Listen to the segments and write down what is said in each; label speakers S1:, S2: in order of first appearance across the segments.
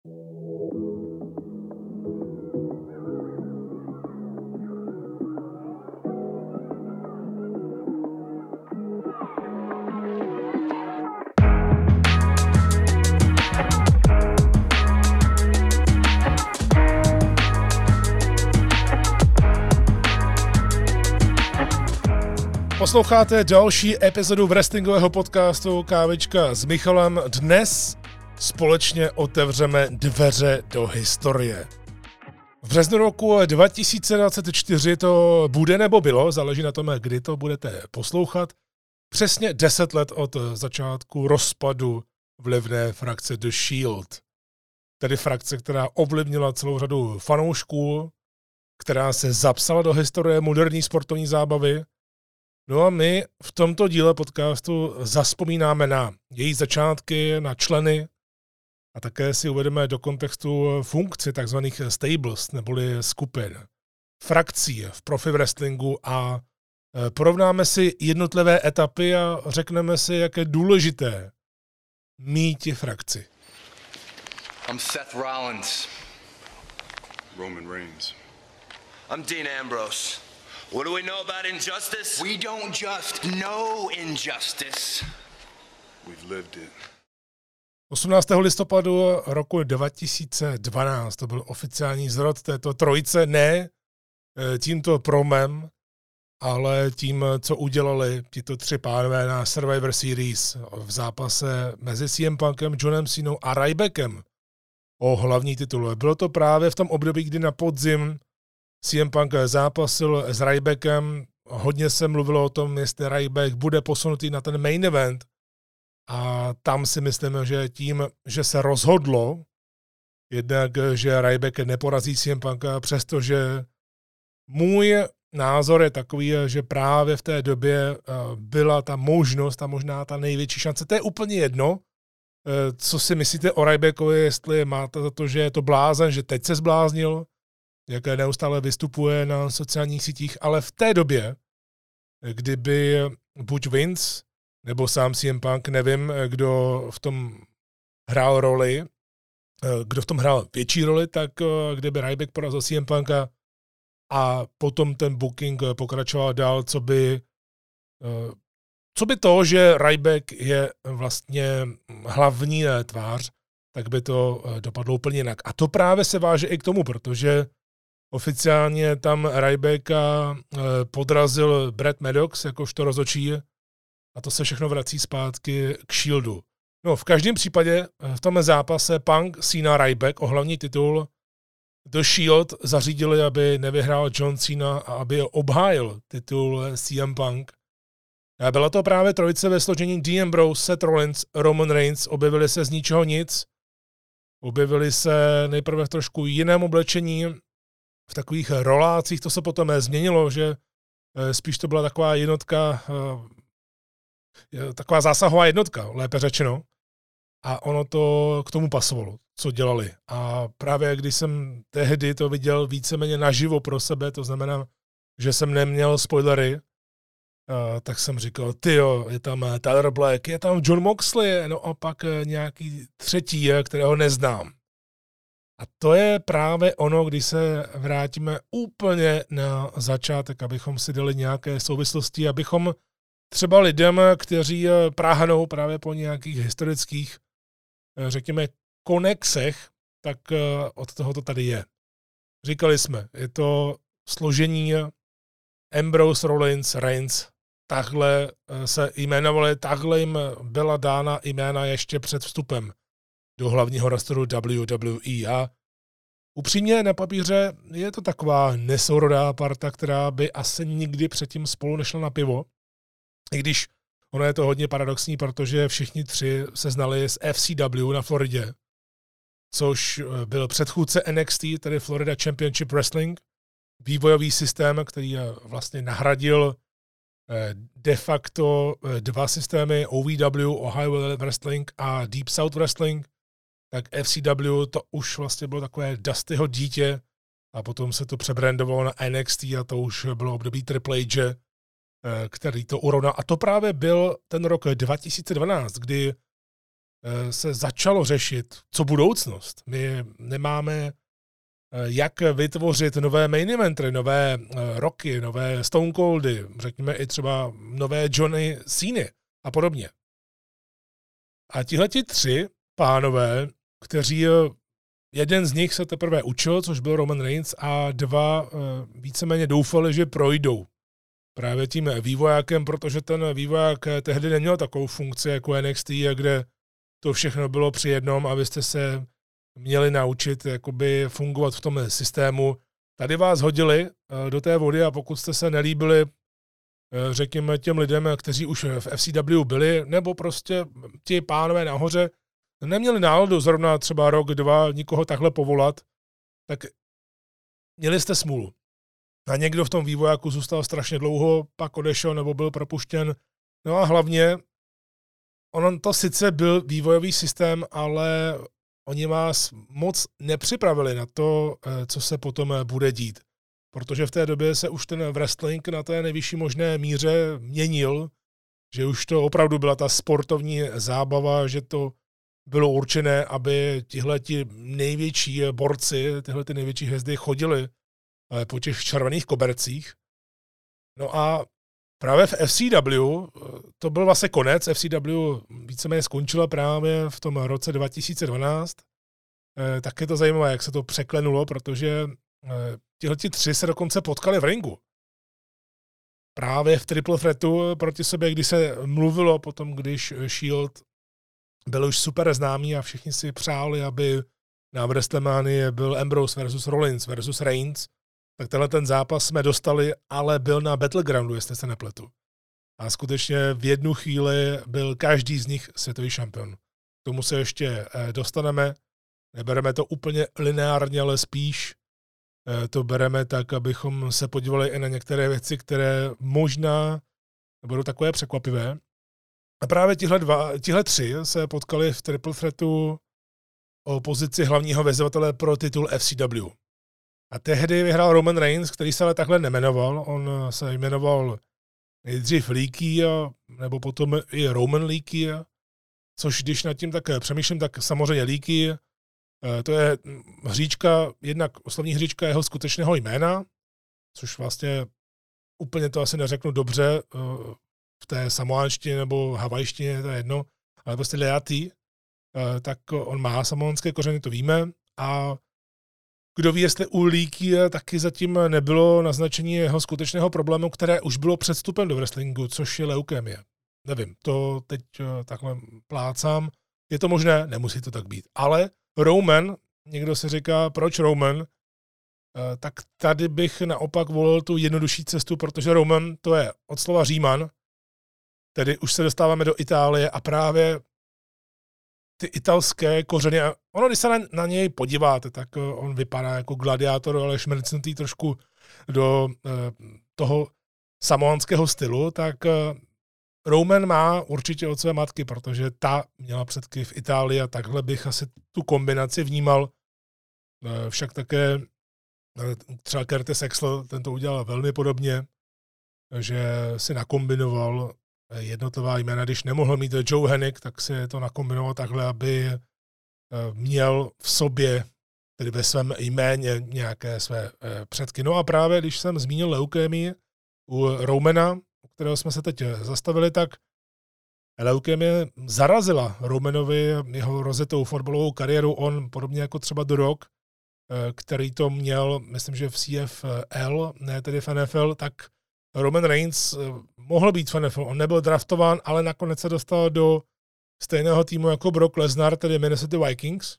S1: Posloucháte další epizodu wrestlingového podcastu Kávička s Michalem. Dnes společně otevřeme dveře do historie. V březnu roku 2024 to bude nebo bylo, záleží na tom, kdy to budete poslouchat, přesně 10 let od začátku rozpadu vlivné frakce The Shield. Tedy frakce, která ovlivnila celou řadu fanoušků, která se zapsala do historie moderní sportovní zábavy. No a my v tomto díle podcastu zavzpomínáme na její začátky, na členy a také si uvedeme do kontextu funkci tzv. Stables, neboli skupin, frakcí v profi wrestlingu a porovnáme si jednotlivé etapy a řekneme si, jak je důležité míti frakci.
S2: I'm Seth Rollins.
S3: Roman Reigns.
S2: I'm Dean Ambrose. What do we know about injustice? We don't just know injustice.
S3: We've lived it.
S1: 18. listopadu roku 2012 to byl oficiální zrod této trojice, ne tímto promem, ale tím, co udělali tito tři pánové na Survivor Series v zápase mezi CM Punkem, Johnem Cenou a Rybackem o hlavní titul. Bylo to právě v tom období, kdy na podzim CM Punk zápasil s Rybackem, hodně se mluvilo o tom, jestli Ryback bude posunutý na ten main event a tam si myslím, že tím, že se rozhodlo, jednak, že Ryback neporazí CM Punka, přestože můj názor je takový, že právě v té době byla ta možnost a možná ta největší šance. To je úplně jedno, co si myslíte o Rybackovi, jestli máte za to, že je to blázen, že teď se zbláznil, jak neustále vystupuje na sociálních sítích, ale v té době, kdyby buď Vince, nebo sám CM Punk, nevím, kdo v tom hrál roli, kdo v tom hrál větší roli, tak kdyby Ryback porazil CM Punka a potom ten booking pokračoval dál, co by to, že Ryback je vlastně hlavní tvář, tak by to dopadlo úplně jinak. A to právě se váže i k tomu, protože oficiálně tam Rybacka podrazil Brad Maddox jakožto rozhodčí a to se všechno vrací zpátky k Shieldu. No, v každém případě v tom zápase Punk, Cena, Ryback o hlavní titul The Shield zařídili, aby nevyhrál John Cena a aby obhájil titul CM Punk. A byla to právě trojice ve složení Dean Ambrose, Seth Rollins, Roman Reigns. Objevili se z ničeho nic. Objevili se nejprve v trošku jiném oblečení, v takových rolácích, to se potom změnilo, že spíš to byla taková jednotka, taková zásahová jednotka, lépe řečeno. A ono to k tomu pasovalo, co dělali. A právě když jsem tehdy to viděl víceméně naživo pro sebe, to znamená, že jsem neměl spoilery, tak jsem říkal, tyjo, je tam Tyler Black, je tam Jon Moxley, no a pak nějaký třetí, kterého neznám. A to je právě ono, když se vrátíme úplně na začátek, abychom si dali nějaké souvislosti, abychom třeba lidem, kteří práhnou právě po nějakých historických, řekněme, konexech, tak od toho to tady je. Říkali jsme, je to složení Ambrose, Rollins, Reigns, takhle se jmenovali, takhle jim byla dána jména ještě před vstupem do hlavního rosteru WWE a upřímně na papíře je to taková nesourodá parta, která by asi nikdy předtím spolu nešla na pivo, i když ono je to hodně paradoxní, protože všichni tři se znali z FCW na Floridě, což byl předchůdce NXT, tedy Florida Championship Wrestling, vývojový systém, který vlastně nahradil de facto dva systémy OVW, Ohio Wrestling a Deep South Wrestling, tak FCW to už vlastně bylo takové Dustyho dítě a potom se to přebrandovalo na NXT a to už bylo období Triple H, který to urovnal. A to právě byl ten rok 2012, kdy se začalo řešit, co budoucnost. My nemáme jak vytvořit nové main eventy, nové Rocky, nové Stone Coldy, řekněme i třeba nové Johnny Ceny a podobně. A tihleti 3 pánové, kteří jeden z nich se teprve učil, což byl Roman Reigns, a 2 víceméně doufali, že projdou právě tím vývojákem, protože ten vývoják tehdy neměl takovou funkci jako NXT, kde to všechno bylo při jednom a vy jste se měli naučit jakoby fungovat v tom systému. Tady vás hodili do té vody a pokud jste se nelíbili, řekněme, těm lidem, kteří už v FCW byli, nebo prostě ti pánové nahoře neměli náladu zrovna třeba rok, 2 nikoho takhle povolat, tak měli jste smůlu. A někdo v tom vývojáku zůstal strašně dlouho, pak odešel nebo byl propuštěn. No a hlavně, on to sice byl vývojový systém, ale oni vás moc nepřipravili na to, co se potom bude dít. Protože v té době se už ten wrestling na té nejvyšší možné míře měnil, že už to opravdu byla ta sportovní zábava, že to bylo určené, aby tihleti největší borci, tyhle ty největší hvězdy chodili po těch červených kobercích. No a právě v FCW, to byl vlastně konec, FCW víceméně skončila právě v tom roce 2012. Tak je to zajímavé, jak se to překlenulo, protože tihleti 3 se dokonce potkali v ringu. Právě v Triple Threatu proti sobě, když se mluvilo potom, když Shield byl už super známý a všichni si přáli, aby na WrestleMania byl Ambrose versus Rollins versus Reigns, tak tenhle ten zápas jsme dostali, ale byl na Battlegroundu, jestli se nepletu. A skutečně v jednu chvíli byl každý z nich světový šampion. K tomu se ještě dostaneme. Nebereme to úplně lineárně, ale spíš to bereme tak, abychom se podívali i na některé věci, které možná budou takové překvapivé. A právě tihle 3 se potkali v Triple Threatu o pozici hlavního vyzývatele pro titul FCW. A tehdy vyhrál Roman Reigns, který se ale takhle nemenoval. On se jmenoval nejdřív Leaky, nebo potom i Roman Leaky, což když nad tím tak přemýšlím, tak samozřejmě Leaky, to je hříčka, jednak oslavní hříčka jeho skutečného jména, což vlastně úplně to asi neřeknu dobře v té samoánštině nebo havajštině, to je jedno, ale prostě Leaty, tak on má samoánské kořeny, to víme, a kdo ví, jestli u Leaky taky zatím nebylo naznačení jeho skutečného problému, které už bylo před vstupem do wrestlingu, což je leukémie. Nevím, to teď takhle plácám. Je to možné? Nemusí to tak být. Ale Roman, někdo se říká, proč Roman? Tak tady bych naopak volil tu jednodušší cestu, protože Roman to je od slova Říman, tedy už se dostáváme do Itálie a právě ty italské kořeny, a ono, když se na něj podíváte, tak on vypadá jako gladiátor, ale šmrcnutý trošku do toho samoánského stylu, tak Roman má určitě od své matky, protože ta měla předky v Itálii a takhle bych asi tu kombinaci vnímal. Však také třeba Curtis Axel, ten to udělal velmi podobně, že si nakombinoval jednotlivá jména, když nemohl mít Joe Hennig, tak si to nakombinoval takhle, aby měl v sobě, tedy ve svém jméně, nějaké své předky. No a právě, když jsem zmínil leukémii u Romana, u kterého jsme se teď zastavili, tak leukémie zarazila Romanovi jeho rozjetou fotbalovou kariéru. On, podobně jako třeba The Rock, který to měl, myslím, že v CFL, ne tedy v NFL, tak Roman Reigns mohl být v NFL. On nebyl draftován, ale nakonec se dostal do stejného týmu jako Brock Lesnar, tedy Minnesota Vikings.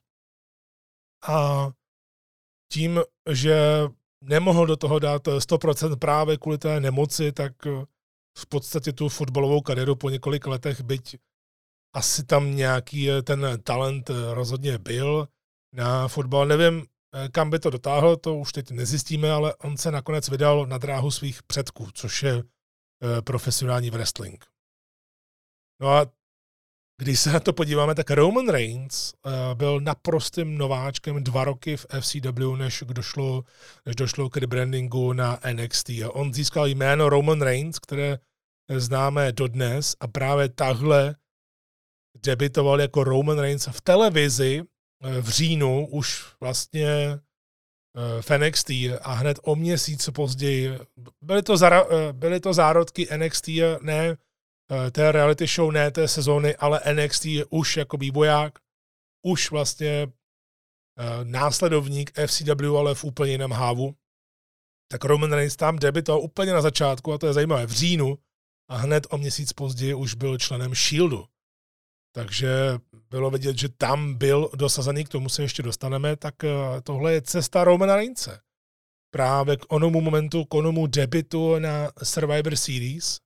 S1: A tím, že nemohl do toho dát 100% právě kvůli té nemoci, tak v podstatě tu fotbalovou kariéru po několik letech, byť asi tam nějaký ten talent rozhodně byl na fotbal. Nevím, kam by to dotáhl, to už teď nezjistíme, ale on se nakonec vydal na dráhu svých předků, což je profesionální wrestling. No a když se na to podíváme, tak Roman Reigns byl naprostým nováčkem 2 roky v FCW, než došlo k rebrandingu na NXT. A on získal jméno Roman Reigns, které známe dodnes, a právě tahle debitoval jako Roman Reigns v televizi v říjnu, už vlastně v NXT a hned o měsíc později. Byly to zárodky NXT, ne té reality show, ne té sezóny, ale NXT už jako vývoják, už vlastně následovník FCW, ale v úplně jiném hávu. Tak Roman Reigns tam debitoval úplně na začátku, a to je zajímavé, v říjnu, a hned o měsíc později už byl členem Shieldu. Takže bylo vidět, že tam byl dosazený, k tomu se ještě dostaneme, tak tohle je cesta Romana Reignse. Právě k onomu momentu, k onomu debutu na Survivor Series.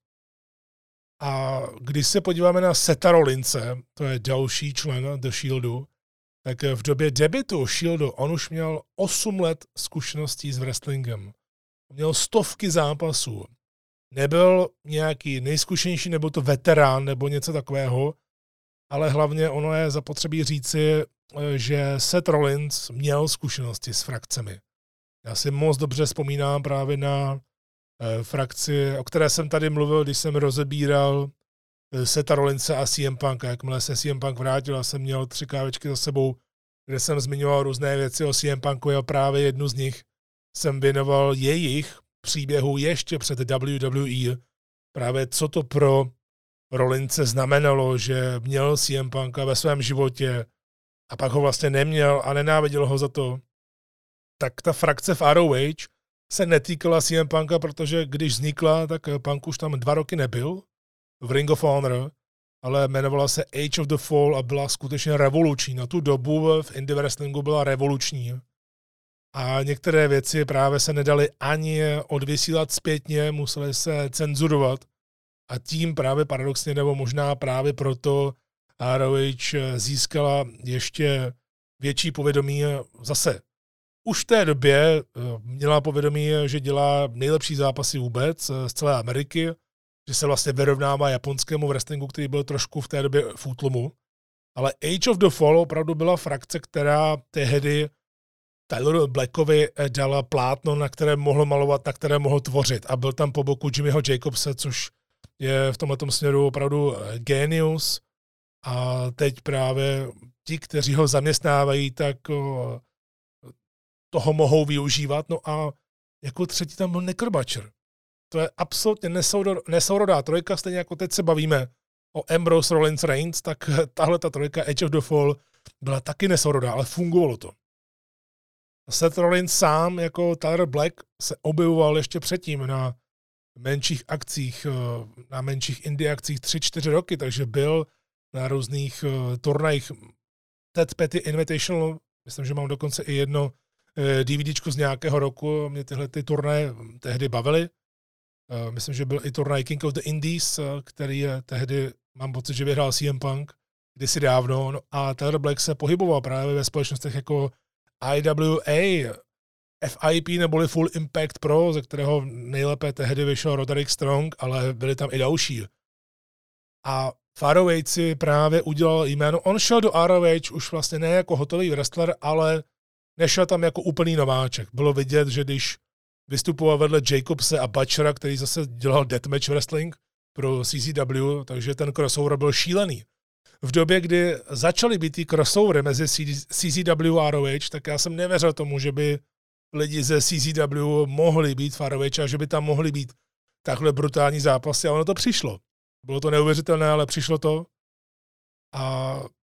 S1: A když se podíváme na Setha Rollinse, to je další člen The Shieldu, tak v době debutu Shieldu on už měl 8 let zkušeností s wrestlingem. Měl stovky zápasů. Nebyl nějaký nejzkušenější, nebo to veterán, nebo něco takového, ale hlavně ono je zapotřebí říci, že Seth Rollins měl zkušenosti s frakcemi. Já si moc dobře vzpomínám právě na frakci, o které jsem tady mluvil, když jsem rozebíral Setha Rollinse a CM Punk. Jakmile se CM Punk vrátil, já jsem měl 3 kávečky za sebou, kde jsem zmiňoval různé věci o CM Punku a právě jednu z nich jsem věnoval jejich příběhu ještě před WWE. Právě co to pro Rollinse znamenalo, že měl CM Punka ve svém životě a pak ho vlastně neměl a nenáviděl ho za to. Tak ta frakce v ROH se netýkala CM Punka, protože když vznikla, tak Punk už tam 2 roky nebyl v Ring of Honor, ale jmenovala se Age of the Fall a byla skutečně revoluční. Na tu dobu v indie wrestlingu byla revoluční. A některé věci právě se nedaly ani odvysílat zpětně, musely se cenzurovat. A tím právě paradoxně, nebo možná právě proto ROH získala ještě větší povědomí zase. Už v té době měla povědomí, že dělá nejlepší zápasy vůbec z celé Ameriky, že se vlastně vyrovnává japonskému wrestlingu, který byl trošku v té době v útlumu. Ale Age of the Fall opravdu byla frakce, která tehdy Tyleru Blackovi dala plátno, na které mohl malovat, na které mohl tvořit. A byl tam po boku Jimmyho Jacobse, což je v tomhletom směru opravdu genius. A teď právě ti, kteří ho zaměstnávají, tak toho mohou využívat. No a jako třetí tam byl Necrobutcher. To je absolutně nesourodá trojka, stejně jako teď se bavíme o Ambrose, Rollins, Reigns, tak tahle ta trojka Age of the Fall byla taky nesourodá, ale fungovalo to. Seth Rollins sám jako Tyler Black se objevoval ještě předtím na menších akcích, na menších indie akcích 3-4 roky, takže byl na různých turnajích Ted Petty Invitational, myslím, že mám dokonce i jedno DVDčko z nějakého roku, mě tyhle ty turnaje tehdy bavily. Myslím, že byl i turnaj King of the Indies, který tehdy, mám pocit, že vyhrál CM Punk kdysi dávno, no a Tyler Black se pohyboval právě ve společnostech jako IWA, FIP neboli Full Impact Pro, ze kterého nejlépe tehdy vyšel Roderick Strong, ale byli tam i další. A v ROH si právě udělal jméno. On šel do ROH už vlastně ne jako hotový wrestler, ale nešel tam jako úplný nováček. Bylo vidět, že když vystupoval vedle Jacobse a Butchera, který zase dělal deathmatch wrestling pro CZW, takže ten crossover byl šílený. V době, kdy začaly být ty crossovery mezi CZW a ROH, tak já jsem nevěřil tomu, že by lidi ze CZW mohli být v ROH a že by tam mohly být takhle brutální zápasy a ono to přišlo. Bylo to neuvěřitelné, ale přišlo to. A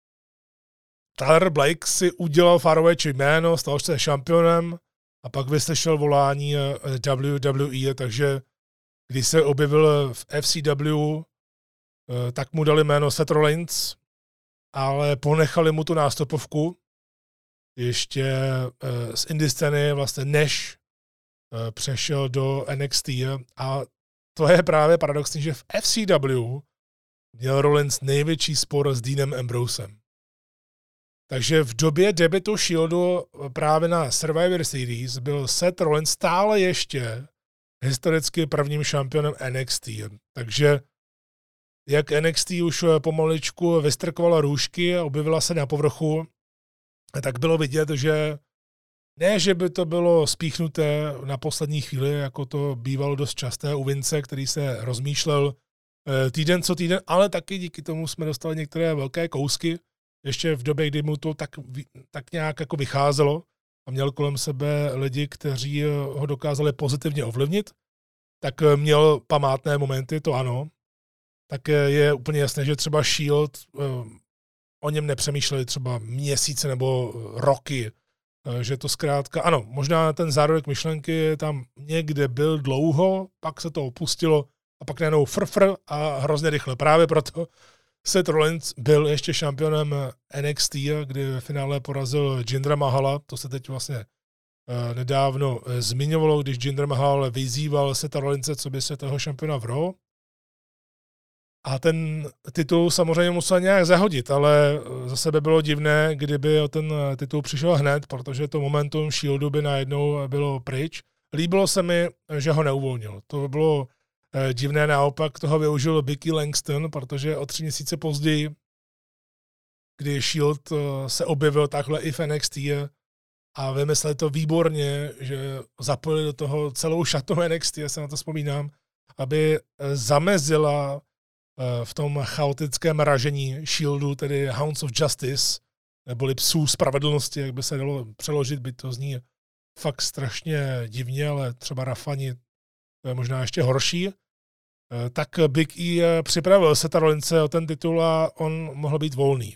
S1: Tyler Blake si udělal v ROH jméno, stal se šampionem a pak vyslyšel volání WWE, takže když se objevil v FCW, tak mu dali jméno Seth Rollins, ale ponechali mu tu nástupovku ještě z indie scény, vlastně než přešel do NXT. A to je právě paradoxní, že v FCW měl Rollins největší spor s Deanem Ambrosem. Takže v době debutu Shieldu právě na Survivor Series byl Seth Rollins stále ještě historicky prvním šampionem NXT. Takže jak NXT už pomaličku vystrkovala růžky a objevila se na povrchu, tak bylo vidět, že ne, že by to bylo spíchnuté na poslední chvíli, jako to bývalo dost časté u Vince, který se rozmýšlel, týden co týden, ale taky díky tomu jsme dostali některé velké kousky, ještě v době, kdy mu to tak nějak jako vycházelo a měl kolem sebe lidi, kteří ho dokázali pozitivně ovlivnit, tak měl památné momenty, to ano. Tak je úplně jasné, že třeba Shield o něm nepřemýšleli třeba měsíce nebo roky, že to zkrátka, ano, možná ten zárodek myšlenky tam někde byl dlouho, pak se to opustilo a pak najednou frfr a hrozně rychle. Právě proto Seth Rollins byl ještě šampionem NXT, kdy ve finále porazil Jindra Mahala, to se teď vlastně nedávno zmiňovalo, když Jinder Mahal vyzýval Setha Rollinse, co by se toho šampiona v Raw. A ten titul samozřejmě musel nějak zahodit, ale zase by bylo divné, kdyby o ten titul přišel hned, protože to momentum Shieldu by najednou bylo pryč. Líbilo se mi, že ho neuvolnil. To by bylo divné, naopak toho využil Biggie Langston, protože o 3 měsíce později, kdy Shield se objevil takhle i v NXT a vymysleli to výborně, že zapojili do toho celou šatnu NXT, já se na to vzpomínám, aby zamezila v tom chaotickém ražení Shieldu, tedy Hounds of Justice, neboli psů spravedlnosti, jak by se dalo přeložit, by to zní fakt strašně divně, ale třeba Rafani to je možná ještě horší. Tak Big E připravil Setha Rollinse o ten titul a on mohl být volný.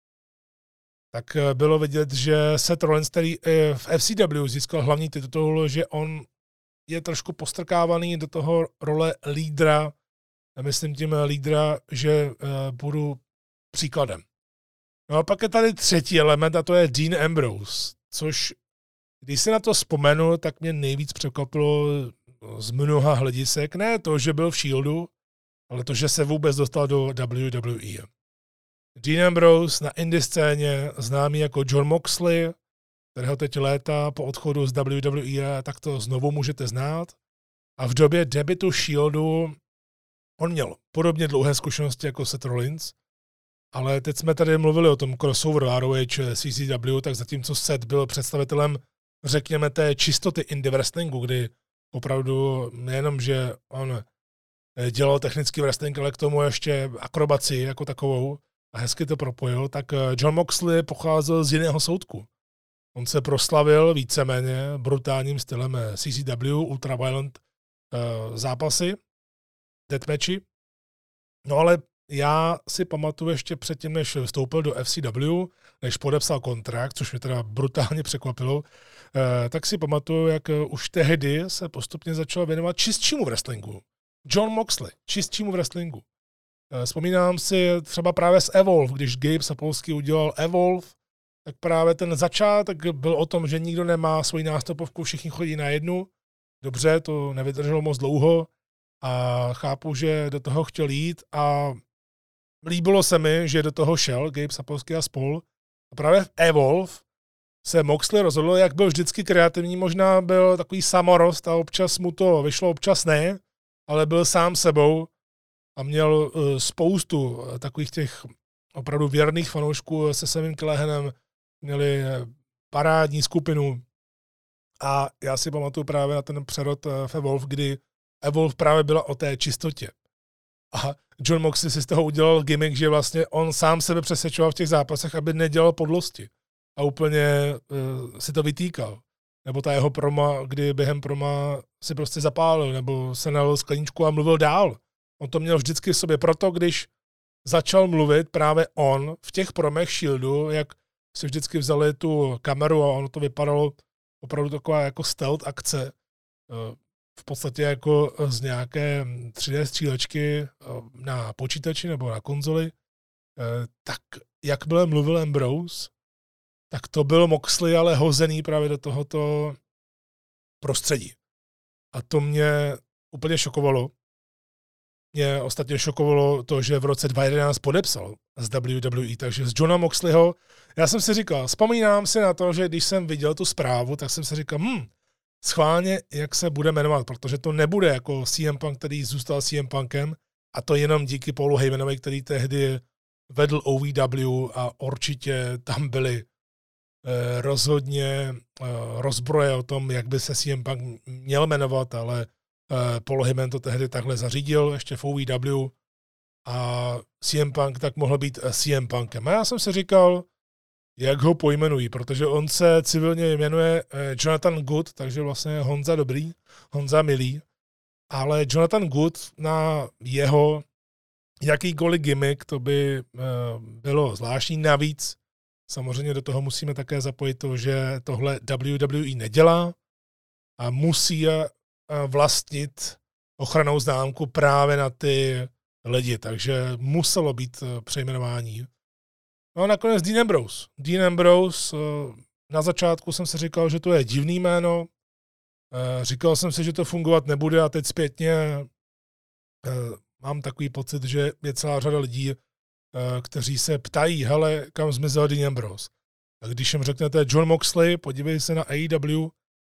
S1: Tak bylo vidět, že Seth Rollins, který v FCW získal hlavní titul, že on je trošku postrkávaný do toho role lídra. Myslím tím lídra, že budu příkladem. No a pak je tady třetí element a to je Dean Ambrose, což když se na to vzpomenu, tak mě nejvíc překvapilo z mnoha hledisek. Ne to, že byl v Shieldu, ale to, že se vůbec dostal do WWE. Dean Ambrose na indie scéně, známý jako Jon Moxley, kterého teď léta po odchodu z WWE, tak to znovu můžete znát. A v době debutu Shieldu on měl podobně dlouhé zkušenosti jako Seth Rollins, ale teď jsme tady mluvili o tom crossover ROH CCW, tak zatímco Seth byl představitelem, řekněme, té čistoty indie wrestlingu, kdy opravdu nejenom, že on dělal technický wrestling, ale k tomu ještě akrobaci jako takovou a hezky to propojil, tak Jon Moxley pocházel z jiného soudku. On se proslavil víceméně brutálním stylem CCW, ultraviolent zápasy, deathmatchy. No ale já si pamatuju ještě předtím, než vstoupil do FCW, než podepsal kontrakt, což mě teda brutálně překvapilo, tak si pamatuju, jak už tehdy se postupně začal věnovat čistšímu wrestlingu. Jon Moxley, čistšímu wrestlingu. Vzpomínám si třeba právě z Evolve, když Gabe Sapolsky udělal Evolve, tak právě ten začátek byl o tom, že nikdo nemá svoji nástupovku, všichni chodí na jednu. Dobře, to nevydrželo moc dlouho a chápu, že do toho chtěl jít a líbilo se mi, že do toho šel Gabe Sapolsky a spol. A právě v Evolve se Moxley rozhodl, jak byl vždycky kreativní, možná byl takový samorost a občas mu to vyšlo, občas ne, ale byl sám sebou a měl spoustu takových těch opravdu věrných fanoušků se Samem Callahanem, měli parádní skupinu a já si pamatuju právě na ten přerod v Evolve, kdy Evolve právě byla o té čistotě. A Jon Moxley si z toho udělal gimmick, že vlastně on sám sebe přesvědčoval v těch zápasech, aby nedělal podlosti. A úplně si to vytýkal. Nebo ta jeho proma, kdy během proma si prostě zapálil, nebo se nalil skleničku a mluvil dál. On to měl vždycky v sobě. Proto, když začal mluvit právě on v těch promech Shieldu, jak si vždycky vzali tu kameru a ono to vypadalo opravdu taková jako stealth akce, v podstatě jako z nějaké 3D střílečky na počítači nebo na konzoli, tak jakmile mluvil Ambrose, tak to byl Moxley, ale hozený právě do tohoto prostředí. A to mě úplně šokovalo. Mě ostatně šokovalo to, že v roce 2011 podepsal z WWE, takže z Jona Moxleyho, já jsem si říkal, vzpomínám si na to, že když jsem viděl tu zprávu, tak jsem si říkal, schválně, jak se bude jmenovat, protože to nebude jako CM Punk, který zůstal CM Punkem, a to jenom díky Paulu Heymanovi, který tehdy vedl OVW a určitě tam byly rozhodně rozbroje o tom, jak by se CM Punk měl jmenovat, ale Paul Heyman to tehdy takhle zařídil, ještě v OVW, a CM Punk tak mohl být CM Punkem. A já jsem si říkal, jak ho pojmenují, protože on se civilně jmenuje Jonathan Good, takže vlastně Honza Dobrý, Honza Milý, ale Jonathan Good na jeho jakýkoliv gimmick, to by bylo zvláštní. Navíc samozřejmě do toho musíme také zapojit to, že tohle WWE nedělá a musí vlastnit ochrannou známku právě na ty lidi, takže muselo být přejmenování. No a nakonec Dean Ambrose. Dean Ambrose, na začátku jsem si říkal, že to je divný jméno, říkal jsem si, že to fungovat nebude a teď zpětně mám takový pocit, že je celá řada lidí, kteří se ptají, hele, kam zmizel Dean Ambrose. A když jim řeknete Jon Moxley, podívej se na AEW,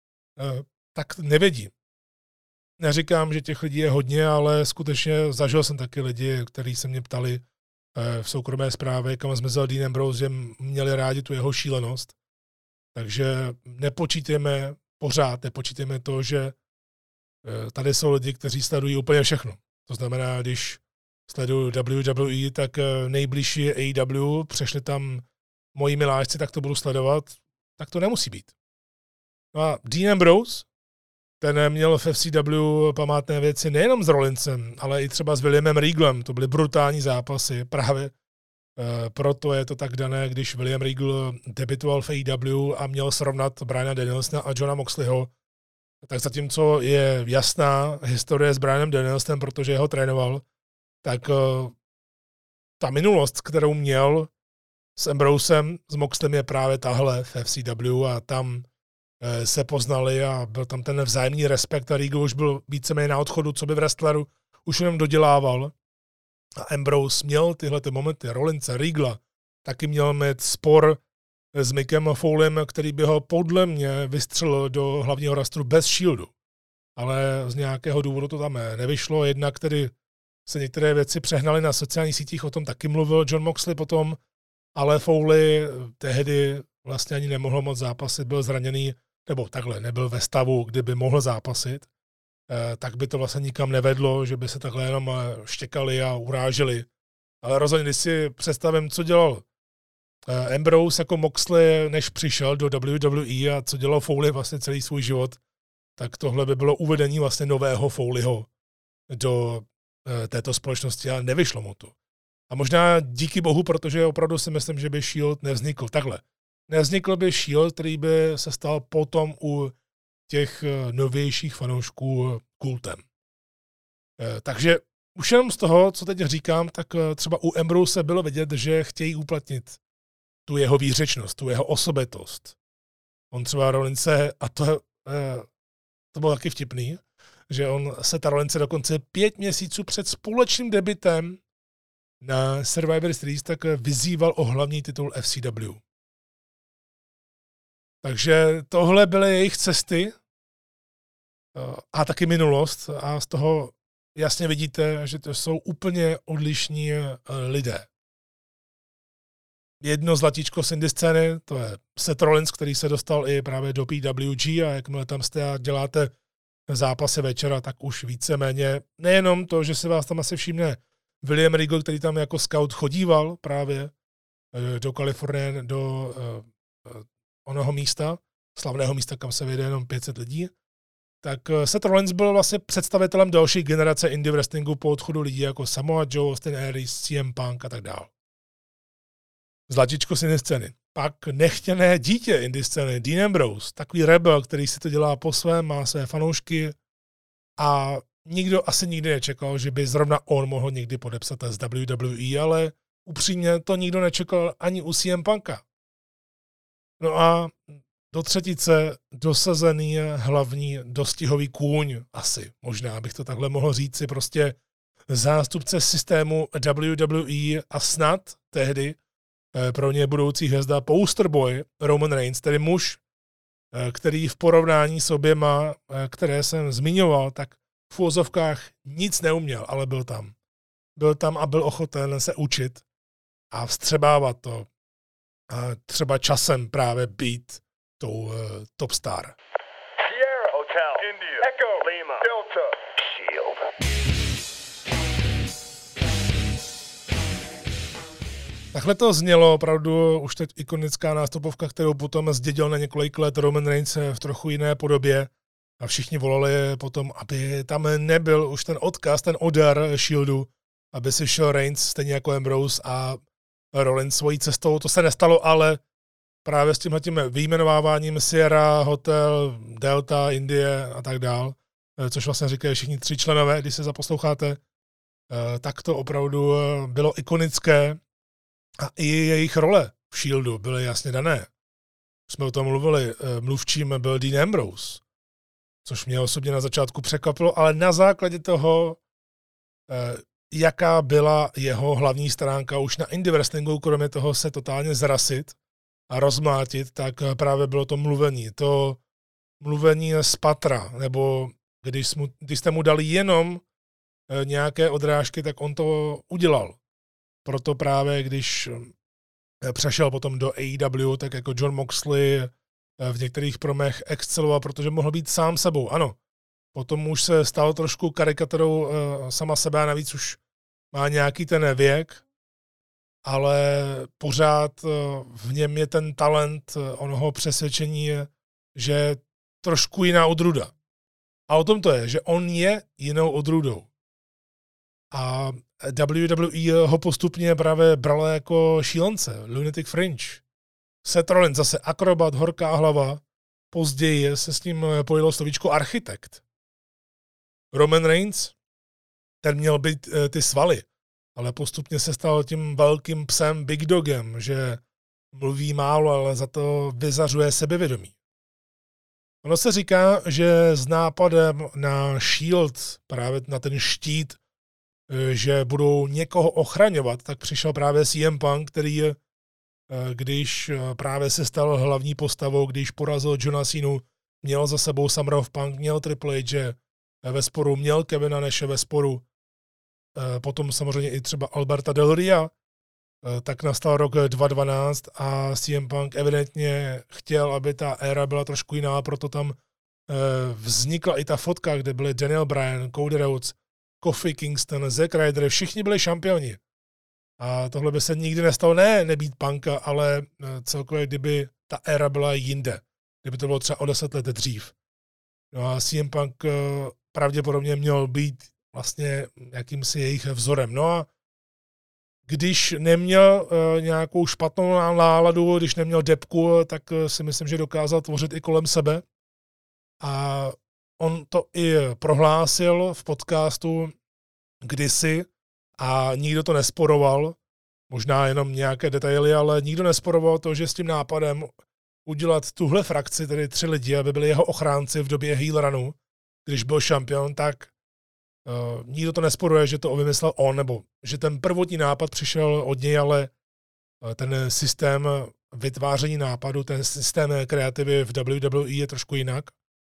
S1: tak nevědí. Neříkám, že těch lidí je hodně, ale skutečně zažil jsem taky lidi, kteří se mě ptali v soukromé zprávě, kam zmizel Dean Ambrose, že měli rádi tu jeho šílenost. Takže nepočítejme to, že tady jsou lidi, kteří sledují úplně všechno. To znamená, když sleduju WWE, tak nejbližší je AEW, přešli tam moji miláčci, tak to budu sledovat, tak to nemusí být. No a Dean Ambrose, ten měl v FCW památné věci nejenom s Rollinsem, ale i třeba s Williamem Regalem. To byly brutální zápasy. Právě proto je to tak dané, když William Regal debutoval v AEW a měl srovnat Briana Danielsona a Jona Moxleyho, tak zatímco je jasná historie s Brianem Danielsem, protože ho trénoval, tak ta minulost, kterou měl s Ambrosem, s Moxleym, je právě tahle v FCW a tam se poznali a byl tam ten vzájemný respekt a Regal už byl víceméně na odchodu, co by v wrestleru už jenom dodělával. A Ambrose měl tyhle momenty, Rollinse, Regala, taky měl mít spor s Mickem Folem, který by ho podle mě vystřelil do hlavního rastru bez shieldu. Ale z nějakého důvodu to tam nevyšlo, jednak tedy se některé věci přehnaly na sociálních sítích, o tom taky mluvil Jon Moxley potom, ale Foley tehdy vlastně ani nemohl moc zápasit, byl zraněný, nebo takhle, nebyl ve stavu, kdyby mohl zápasit, tak by to vlastně nikam nevedlo, že by se takhle jenom štěkali a uráželi. Ale rozhodně, když si představím, co dělal Ambrose jako Moxley, než přišel do WWE a co dělal Foley vlastně celý svůj život, tak tohle by bylo uvedení vlastně nového Foleyho do této společnosti a nevyšlo mu to. A možná díky bohu, protože opravdu si myslím, že by Shield nevznikl takhle. Nevznikl by Shield, který by se stal potom u těch novějších fanoušků kultem. Takže už jenom z toho, co teď říkám, tak třeba u Ambrose bylo vidět, že chtějí uplatnit tu jeho výřečnost, tu jeho osobitost. On třeba Rollinse, a to bylo taky vtipný, že on se ta Rollinse dokonce 5 měsíců před společným debutem na Survivor Series tak vyzýval o hlavní titul FCW. Takže tohle byly jejich cesty a taky minulost a z toho jasně vidíte, že to jsou úplně odlišní lidé. Jedno zlatíčko z indie scény, to je Seth Rollins, který se dostal i právě do PWG a jakmile tam jste a děláte zápasy večera, tak už víceméně nejenom to, že si vás tam asi všimne William Regal, který tam jako scout chodíval právě do Kalifornie, do onoho místa, slavného místa, kam se vejde jenom 500 lidí, tak Seth Rollins byl vlastně představitelem další generace indie wrestlingu po odchodu lidí jako Samoa Joe, Austin Aries, CM Punk a tak dál. Zlatíčko z indie scény. Pak nechtěné dítě indie scény, Dean Ambrose, takový rebel, který si to dělá po svém, má své fanoušky a nikdo asi nikdy nečekal, že by zrovna on mohl někdy podepsat s WWE, ale upřímně to nikdo nečekal ani u CM Punka. No a do třetice dosazený hlavní dostihový kůň, asi, možná bych to takhle mohl říci, prostě zástupce systému WWE a snad tehdy pro ně budoucí hvězda posterboy Roman Reigns, tedy muž, který v porovnání s oběma, které jsem zmiňoval, tak v uvozovkách nic neuměl, ale byl tam. Byl tam a byl ochoten se učit a vstřebávat to. A třeba časem právě být tou top star.
S4: Sierra Hotel, India, Echo, Lima, Delta, Shield.
S1: Takhle to znělo opravdu už teď ikonická nástupovka, kterou potom zdědil na několik let Roman Reigns v trochu jiné podobě a všichni volali potom, aby tam nebyl už ten odkaz, ten odar Shieldu, aby si šel Reigns stejně jako Ambrose a Rollins svojí cestou. To se nestalo, ale právě s tímhletím vyjmenováváním Sierra, Hotel, Delta, Indie a tak dál, což vlastně říkají všichni 3 členové, když se zaposloucháte, tak to opravdu bylo ikonické a i jejich role v Shieldu byly jasně dané. Jsme o tom mluvili, mluvčím byl Dean Ambrose, což mě osobně na začátku překvapilo, ale na základě toho, jaká byla jeho hlavní stránka už na indie wrestlingu, kromě toho se totálně zrasit a rozmlátit, tak právě bylo to mluvení. To mluvení z patra, nebo když jste mu dali jenom nějaké odrážky, tak on to udělal. Proto právě, když přešel potom do AEW, tak jako Jon Moxley v některých promech exceloval, protože mohl být sám sebou. Ano, potom už se stal trošku karikaturou sama sebe a navíc už má nějaký ten věk, ale pořád v něm je ten talent, onoho přesvědčení, že je trošku jiná odrůda. A o tom to je, že on je jinou odrůdou. A WWE ho postupně právě brala jako šílence, Lunatic Fringe. Seth Rollins zase akrobat, horká hlava, později se s ním pojilo slovíčko architekt. Roman Reigns, ten měl být ty svaly, ale postupně se stal tím velkým psem Big Dogem, že mluví málo, ale za to vyzařuje sebevědomí. Ono se říká, že s nápadem na Shield, právě na ten štít, že budou někoho ochraňovat, tak přišel právě CM Punk, který, když právě se stal hlavní postavou, když porazil Johna Cenu, měl za sebou Summer of Punk, měl Triple H ve sporu, měl Kevina Nashe ve sporu, potom samozřejmě i třeba Alberta Del Ria, tak nastal rok 2012 a CM Punk evidentně chtěl, aby ta éra byla trošku jiná, proto tam vznikla i ta fotka, kde byly Daniel Bryan, Cody Rhodes, Kofi Kingston, Zack Ryder, všichni byli šampioni. A tohle by se nikdy nestalo, nebýt Punka, ale celkově, kdyby ta éra byla jinde, kdyby to bylo třeba o 10 let dřív. No a CM Punk pravděpodobně měl být vlastně jakýmsi jejich vzorem. No a když neměl nějakou špatnou náladu, když neměl depku, tak si myslím, že dokázal tvořit i kolem sebe. A on to i prohlásil v podcastu kdysi a nikdo to nesporoval, možná jenom nějaké detaily, ale nikdo nesporoval to, že s tím nápadem udělat tuhle frakci, tedy 3 lidi, aby byli jeho ochránci v době heel runu, když byl šampion, tak nikdo to nesporuje, že to vymyslel on, nebo že ten prvotní nápad přišel od něj, ale ten systém vytváření nápadu, ten systém kreativy v WWE je trošku jinak.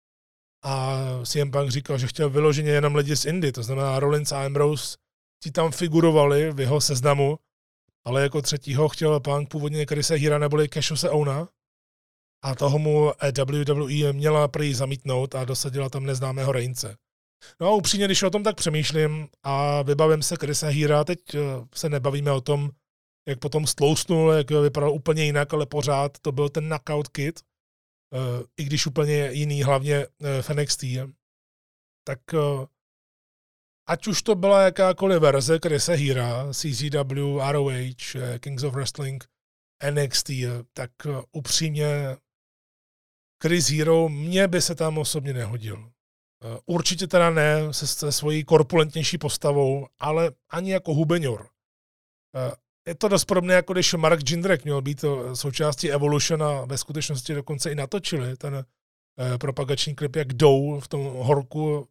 S1: A CM Punk říkal, že chtěl vyloženě jenom lidi z Indy, to znamená Rollins a Ambrose, ti tam figurovali v jeho seznamu, ale jako třetího chtěl Punk původně Chrisa Hira neboli Cassiuse Ohna a toho mu WWE měla prý zamítnout a dosadila tam neznámého Reignse. No a upřímně, když o tom tak přemýšlím a vybavím se Chrisa Hira, teď se nebavíme o tom, jak potom stlousnul, jak vypadal úplně jinak, ale pořád to byl ten knockout kid, i když úplně jiný, hlavně v NXT, tak ať už to byla jakákoliv verze Chrisa Hira, CZW, ROH, Kings of Wrestling, NXT, tak upřímně Chris Hero mně by se tam osobně nehodil. Určitě teda ne se svojí korpulentnější postavou, ale ani jako hubeňor. Je to dost podobné, jako když Mark Jindrak měl být součástí Evolution a ve skutečnosti dokonce i natočili ten propagační klip, jak jdou v tom horku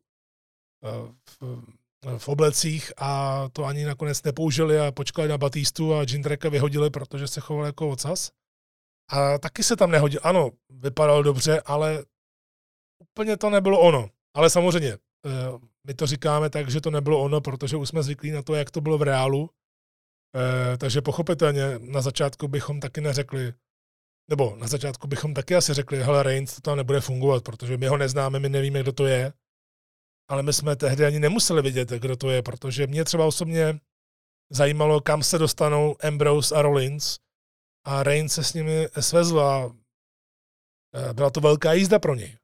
S1: v oblecích a to ani nakonec nepoužili a počkali na Batistu a Jindraka vyhodili, protože se choval jako ocas. A taky se tam nehodil. Ano, vypadal dobře, ale úplně to nebylo ono. Ale samozřejmě, my to říkáme tak, že to nebylo ono, protože už jsme zvyklí na to, jak to bylo v reálu. Takže pochopitelně na začátku bychom taky neřekli, nebo na začátku bychom taky asi řekli, hele, Reigns to tam nebude fungovat, protože my ho neznáme, my nevíme, kdo to je. Ale my jsme tehdy ani nemuseli vidět, kdo to je, protože mě třeba osobně zajímalo, kam se dostanou Ambrose a Rollins a Reigns se s nimi svezl a byla to velká jízda pro něj.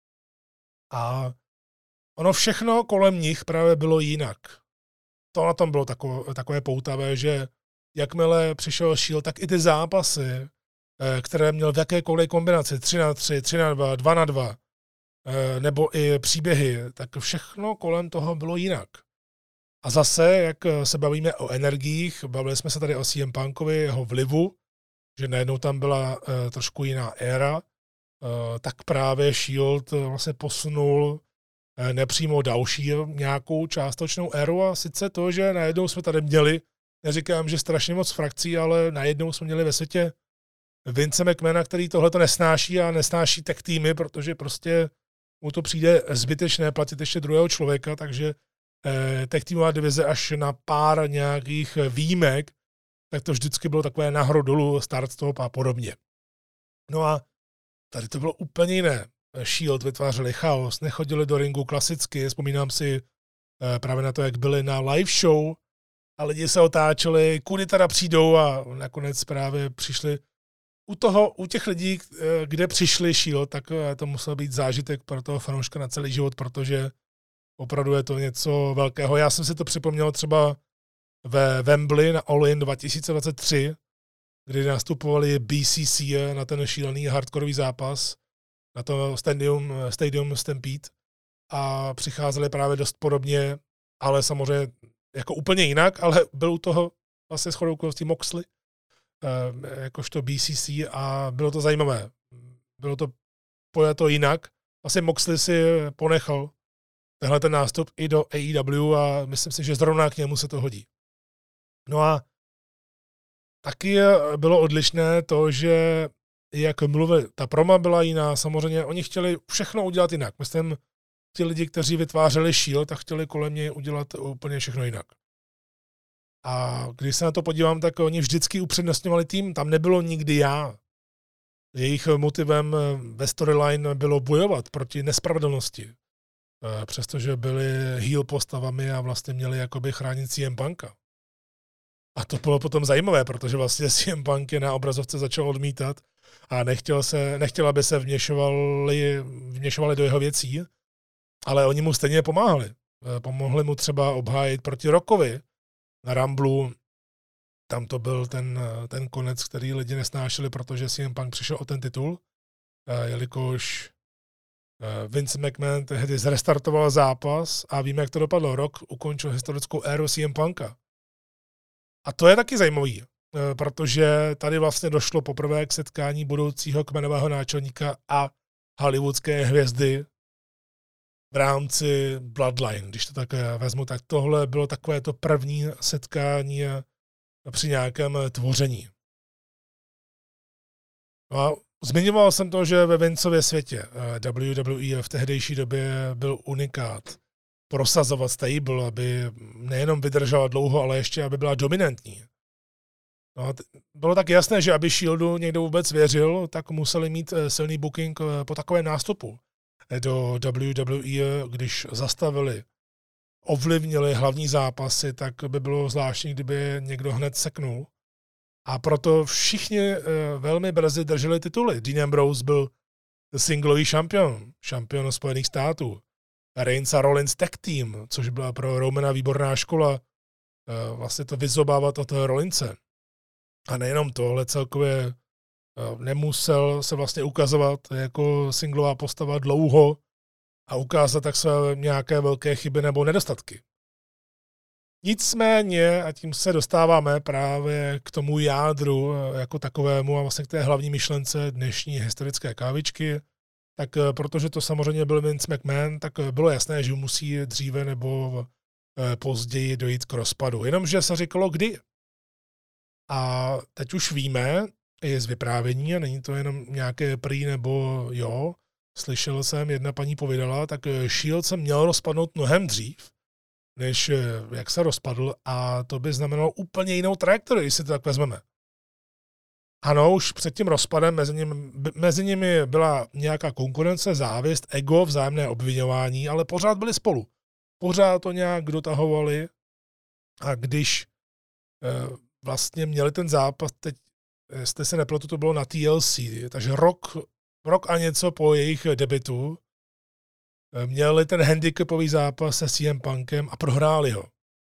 S1: A ono všechno kolem nich právě bylo jinak. To na tom bylo takové poutavé, že jakmile přišel Shield, tak i ty zápasy, které měl v jakékoliv kombinaci, 3-3, 3-2, 2-2, nebo i příběhy, tak všechno kolem toho bylo jinak. A zase, jak se bavíme o energiích, bavili jsme se tady o CM Punkovi, jeho vlivu, že najednou tam byla trošku jiná éra, tak právě Shield vlastně posunul nepřímo další nějakou částečnou éru a sice to, že najednou jsme tady měli, neříkám, že strašně moc frakcí, ale najednou jsme měli ve světě Vince McMahona, který tohleto nesnáší a nesnáší tag týmy, protože prostě mu to přijde zbytečné platit ještě druhého člověka, takže tag týmová divize až na pár nějakých výjimek, tak to vždycky bylo takové nahoru dolů, start stop a podobně. No a tady to bylo úplně jiné. Shield vytvářeli chaos, nechodili do ringu klasicky, vzpomínám si právě na to, jak byli na live show a lidi se otáčeli, kudy teda přijdou a nakonec právě přišli u těch lidí, kde přišli Shield, tak to musel být zážitek pro toho fanouška na celý život, protože opravdu je to něco velkého. Já jsem si to připomněl třeba ve Wembley na All In 2023, kdy nastupovali BCC na ten šílený hardkorový zápas, na to Stadium Stampede a přicházeli právě dost podobně, ale samozřejmě jako úplně jinak, ale byl u toho vlastně shodou okolností Moxley, jakožto BCC a bylo to zajímavé. Bylo to pojato jinak. Vlastně Moxley si ponechal tenhle ten nástup i do AEW a myslím si, že zrovna k němu se to hodí. No a taky bylo odlišné to, že jak mluvili, ta proma byla jiná, samozřejmě oni chtěli všechno udělat jinak. Myslím, ti lidi, kteří vytvářeli Shield, tak chtěli kolem něj udělat úplně všechno jinak. A když se na to podívám, tak oni vždycky upřednostňovali tým, tam nebylo nikdy já. Jejich motivem ve storyline bylo bojovat proti nespravedlnosti. Přestože byli heel postavami a vlastně měli jakoby chránit CM Punka. A to bylo potom zajímavé, protože vlastně CM Punk je na obrazovce začal odmítat a nechtěl, aby se vměšovali do jeho věcí, ale oni mu stejně pomáhali. Pomohli mu třeba obhájit proti Rockovi na Rumblu. Tam to byl ten konec, který lidi nesnášeli, protože CM Punk přišel o ten titul, jelikož Vince McMahon tehdy zrestartoval zápas a víme, jak to dopadlo. Rock ukončil historickou éru CM Punka. A to je taky zajímavý, protože tady vlastně došlo poprvé k setkání budoucího kmenového náčelníka a hollywoodské hvězdy v rámci Bloodline. Když to tak vezmu, tak tohle bylo takové to první setkání při nějakém tvoření. No a zmiňoval jsem to, že ve Vinceově světě WWE v tehdejší době byl unikát prosazovat stable, aby nejenom vydržela dlouho, ale ještě, aby byla dominantní. No, bylo tak jasné, že aby Shieldu někdo vůbec věřil, tak museli mít silný booking po takovém nástupu do WWE, když zastavili, ovlivnili hlavní zápasy, tak by bylo zvláštní, kdyby někdo hned seknul. A proto všichni velmi brzy drželi tituly. Dean Ambrose byl singlový šampion Spojených států. Reigns a Rollins tag team, což byla pro Romana výborná škola vlastně to vyzobávat od Rollinse. A nejenom to, ale celkově nemusel se vlastně ukazovat jako singlová postava dlouho a ukázat tak své nějaké velké chyby nebo nedostatky. Nicméně, a tím se dostáváme právě k tomu jádru jako takovému a vlastně k té hlavní myšlence dnešní historické kávičky, tak protože to samozřejmě byl Vince McMahon, tak bylo jasné, že musí dříve nebo později dojít k rozpadu. Jenomže se říkalo kdy. A teď už víme, je z vyprávění a není to jenom nějaké prý nebo jo, slyšel jsem, jedna paní povídala, tak Shield se měl rozpadnout mnohem dřív, než jak se rozpadl a to by znamenalo úplně jinou trajektorii, když si to tak vezmeme. Ano, už před tím rozpadem mezi nimi byla nějaká konkurence, závist, ego, vzájemné obviňování, ale pořád byli spolu. Pořád to nějak dotahovali a když vlastně měli ten zápas, teď, jestli se nepletu, to bylo na TLC, takže rok a něco po jejich debutu měli ten handicapový zápas se CM Punkem a prohráli ho.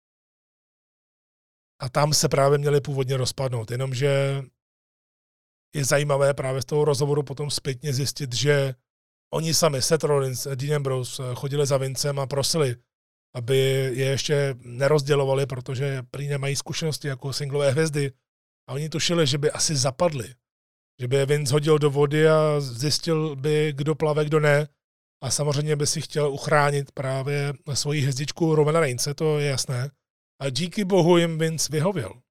S1: A tam se právě měli původně rozpadnout, jenomže je zajímavé právě z toho rozhovoru potom zpětně zjistit, že oni sami, Seth Rollins, Dean Ambrose, chodili za Vincem a prosili, aby je ještě nerozdělovali, protože prý nemají zkušenosti jako singlové hvězdy. A oni tušili, že by asi zapadli. Že by je Vince hodil do vody a zjistil by, kdo plave, kdo ne. A samozřejmě by si chtěl uchránit právě svoji hvězdičku Romana Reignse, to je jasné. A díky bohu jim Vince vyhověl.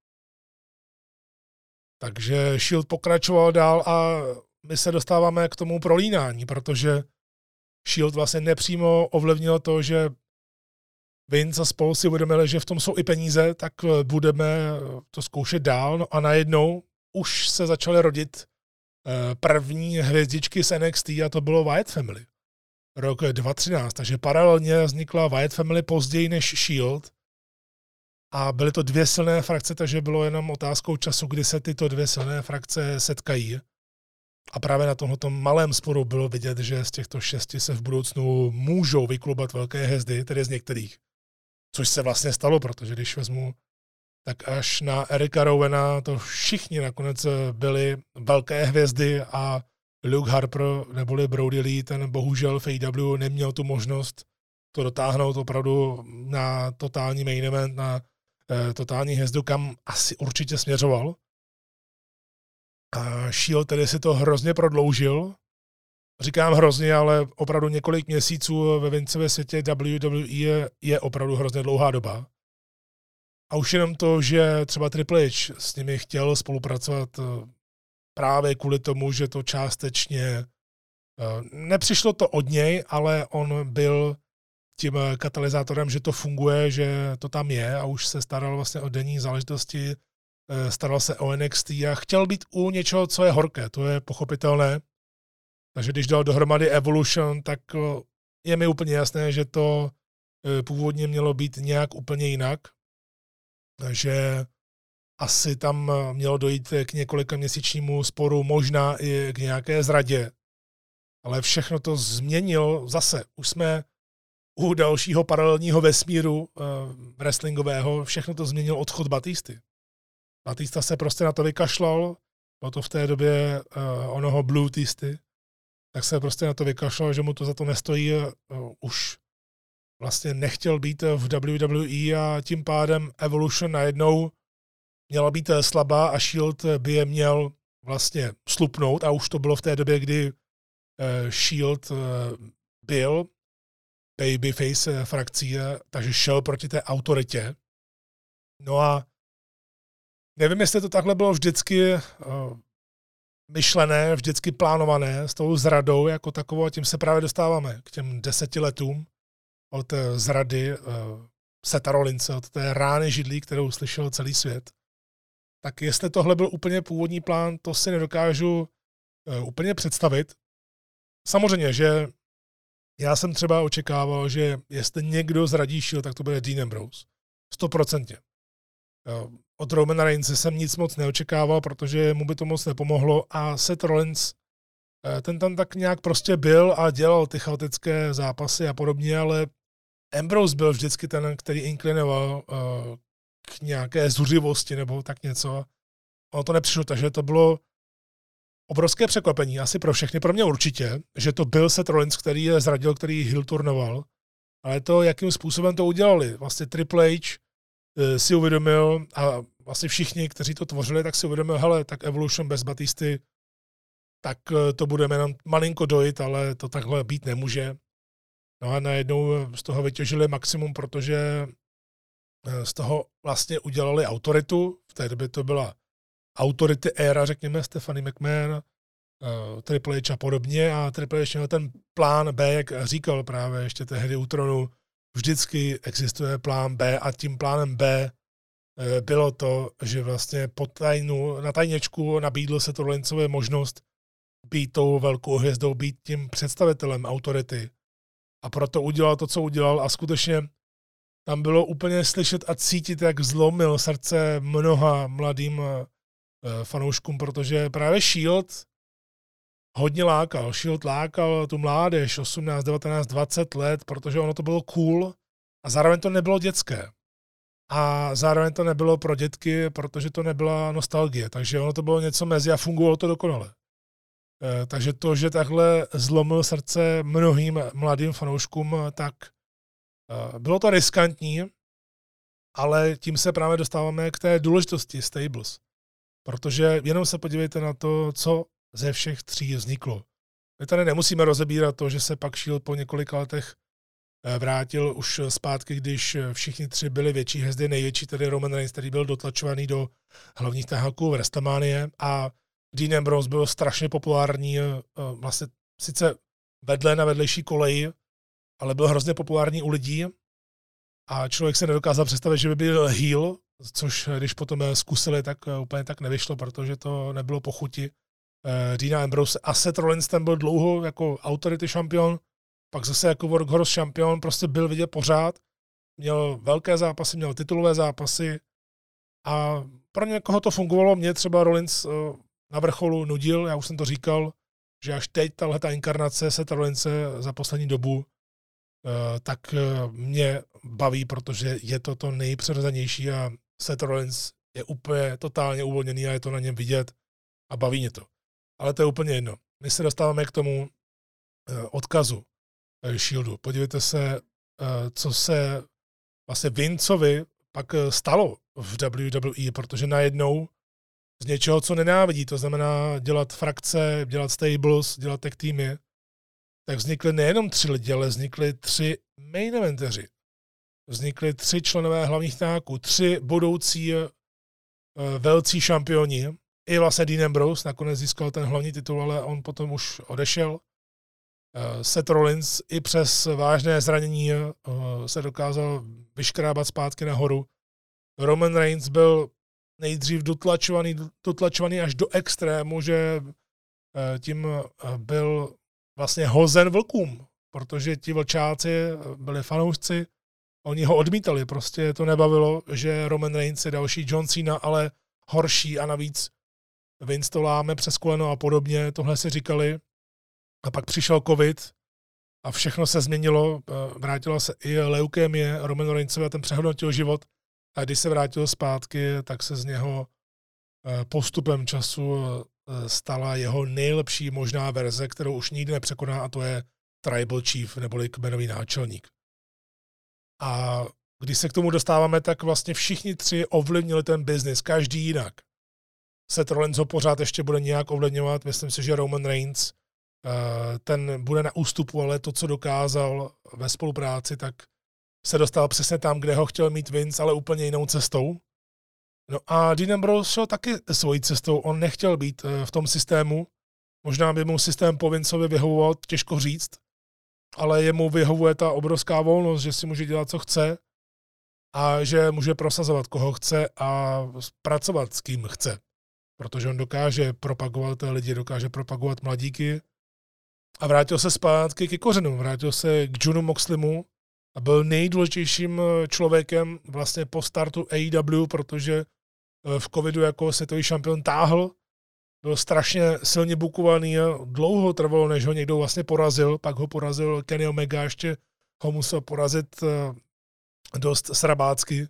S1: Takže Shield pokračoval dál a my se dostáváme k tomu prolínání, protože Shield vlastně nepřímo ovlivnilo to, že Vince a spolu si uvědomili, že v tom jsou i peníze, tak budeme to zkoušet dál. No a najednou už se začaly rodit první hvězdičky z NXT a to bylo Wyatt Family. Rok 2013, takže paralelně vznikla Wyatt Family později než Shield a byly to dvě silné frakce, takže bylo jenom otázkou času, kdy se tyto dvě silné frakce setkají. A právě na tomto malém sporu bylo vidět, že z těchto 6 se v budoucnu můžou vyklubat velké hvězdy, tedy z některých. Což se vlastně stalo, protože když vezmu, tak až na Erika Rowena to všichni nakonec byli velké hvězdy a Luke Harper neboli Brody Lee, ten bohužel v AEW neměl tu možnost to dotáhnout opravdu na totální main event, na totální hvězdu, kam asi určitě směřoval. A Shield tedy si to hrozně prodloužil. Říkám hrozně, ale opravdu několik měsíců ve Vincevě světě WWE je opravdu hrozně dlouhá doba. A už jenom to, že třeba Triple H s nimi chtěl spolupracovat právě kvůli tomu, že to částečně nepřišlo to od něj, ale on byl tím katalyzátorem, že to funguje, že to tam je a už se staral vlastně o denní záležitosti, staral se o NXT a chtěl být u něčeho, co je horké, to je pochopitelné. Takže když dal dohromady Evolution, tak je mi úplně jasné, že to původně mělo být nějak úplně jinak. Takže asi tam mělo dojít k několika měsíčnímu sporu, možná i k nějaké zradě. Ale všechno to změnil zase. Už jsme u dalšího paralelního vesmíru wrestlingového, všechno to změnil odchod Batisty. Batista se prostě na to vykašlal, bylo to v té době onoho Blue Tisty, tak se prostě na to vykašlal, že mu to za to nestojí, už vlastně nechtěl být v WWE a tím pádem Evolution najednou měla být slabá a Shield by je měl vlastně slupnout a už to bylo v té době, kdy Shield byl babyface frakcí, takže šel proti té autoritě. No a nevím, jestli to takhle bylo vždycky myšlené, vždycky plánované s tou zradou jako takovou a tím se právě dostáváme k těm 10 letům od zrady Setha Rollinse, od té rány židlí, kterou slyšel celý svět. Tak jestli tohle byl úplně původní plán, to si nedokážu úplně představit. Samozřejmě, že já jsem třeba očekával, že jestli někdo zradí Shield, tak to bude Dean Ambrose. 100%. Od Romana Reignse jsem nic moc neočekával, protože mu by to moc nepomohlo a Seth Rollins, ten tam tak nějak prostě byl a dělal ty chaotické zápasy a podobně, ale Ambrose byl vždycky ten, který inklinoval k nějaké zuřivosti nebo tak něco. Ono to nepřišlo, takže to bylo obrovské překvapení, asi pro všechny, pro mě určitě, že to byl Seth Rollins, který je zradil, který heel turnoval, ale to, jakým způsobem to udělali. Vlastně Triple H si uvědomil a vlastně všichni, kteří to tvořili, tak si uvědomil, hele, tak Evolution bez Batisty, tak to budeme jenom malinko dojít, ale to takhle být nemůže. No a najednou z toho vytěžili maximum, protože z toho vlastně udělali autoritu. V té době to byla autority éra, řekněme, Stephanie McMahon, Triple H a podobně a Triple H měl ten plán B, jak říkal právě ještě tehdy u tronu, vždycky existuje plán B a tím plánem B bylo to, že vlastně na tajněčku nabídl se to Rollinsové možnost být tou velkou hvězdou, být tím představitelem autority. A proto udělal to, co udělal a skutečně tam bylo úplně slyšet a cítit, jak zlomil srdce mnoha mladým fanouškům, protože právě Shield hodně lákal. Shield lákal tu mládež 18, 19, 20 let, protože ono to bylo cool a zároveň to nebylo dětské. A zároveň to nebylo pro dětky, protože to nebyla nostalgie. Takže ono to bylo něco mezi a fungovalo to dokonale. Takže to, že takhle zlomil srdce mnohým mladým fanouškům, tak bylo to riskantní, ale tím se právě dostáváme k té důležitosti stables. Protože jenom se podívejte na to, co ze všech tří vzniklo. My tady nemusíme rozebírat to, že se pak Shield po několika letech vrátil už zpátky, když všichni tři byli větší hvězdy, největší tedy Roman Reigns, který byl dotlačovaný do hlavních taháků v WrestleManii a Dean Ambrose byl strašně populární, vlastně sice vedle na vedlejší koleji, ale byl hrozně populární u lidí a člověk se nedokázal představit, že by byl heel, což když potom zkusili, tak úplně tak nevyšlo, protože to nebylo po chuti Deana Ambrose. A Seth Rollins ten byl dlouho jako authority šampion, pak zase jako workhorse šampion, prostě byl vidět pořád, měl velké zápasy, měl titulové zápasy a pro někoho to fungovalo, mě třeba Rollins na vrcholu nudil, já už jsem to říkal, že až teď tahleta inkarnace Seth Rollinse za poslední dobu tak mě baví, protože je to nejpřirozenější a Seth Rollins je úplně totálně uvolněný a je to na něm vidět a baví mě to. Ale to je úplně jedno. My se dostáváme k tomu odkazu Shieldu. Podívejte se, co se vlastně Vinceovi pak stalo v WWE, protože najednou z něčeho, co nenávidí, to znamená dělat frakce, dělat stables, dělat tag týmy, tak vznikly nejenom 3 lidi, ale vznikly 3 main eventeři. Vznikly 3 členové hlavních táků, 3 budoucí velcí šampioni. I vlastně Dean Ambrose nakonec získal ten hlavní titul, ale on potom už odešel. Seth Rollins i přes vážné zranění se dokázal vyškrábat zpátky nahoru. Roman Reigns byl nejdřív dotlačovaný až do extrému, že tím byl vlastně hozen vlkům, protože ti vlčáci byli fanoušci, oni ho odmítali, prostě to nebavilo, že Roman Reigns je další John Cena, ale horší a navíc Vince to láme přes koleno a podobně, tohle si říkali. A pak přišel covid a všechno se změnilo, vrátila se i leukémie Roman Reignsové a ten přehodnotil život a když se vrátil zpátky, tak se z něho postupem času stala jeho nejlepší možná verze, kterou už nikdy nepřekoná a to je Tribal Chief neboli kmenový náčelník. A když se k tomu dostáváme, tak vlastně všichni 3 ovlivnili ten biznis, každý jinak. Seth Rollins ho pořád ještě bude nějak ovlivňovat, myslím si, že Roman Reigns ten bude na ústupu, ale to, co dokázal ve spolupráci, tak se dostal přesně tam, kde ho chtěl mít Vince, ale úplně jinou cestou. No a Dean Ambrose šel taky svojí cestou, on nechtěl být v tom systému, možná by mu systém po Vinceovi vyhovoval, těžko říct, ale jemu vyhovuje ta obrovská volnost, že si může dělat, co chce a že může prosazovat, koho chce a pracovat s kým chce, protože on dokáže propagovat lidi, dokáže propagovat mladíky a vrátil se zpátky ke kořenům, vrátil se k Johnu Moxleymu a byl nejdůležitějším člověkem vlastně po startu AEW, protože v covidu jako světový šampion táhl, byl strašně silně bukovaný a dlouho trvalo, než ho někdo vlastně porazil, pak ho porazil Kenny Omega, ještě ho musel porazit dost srabácky.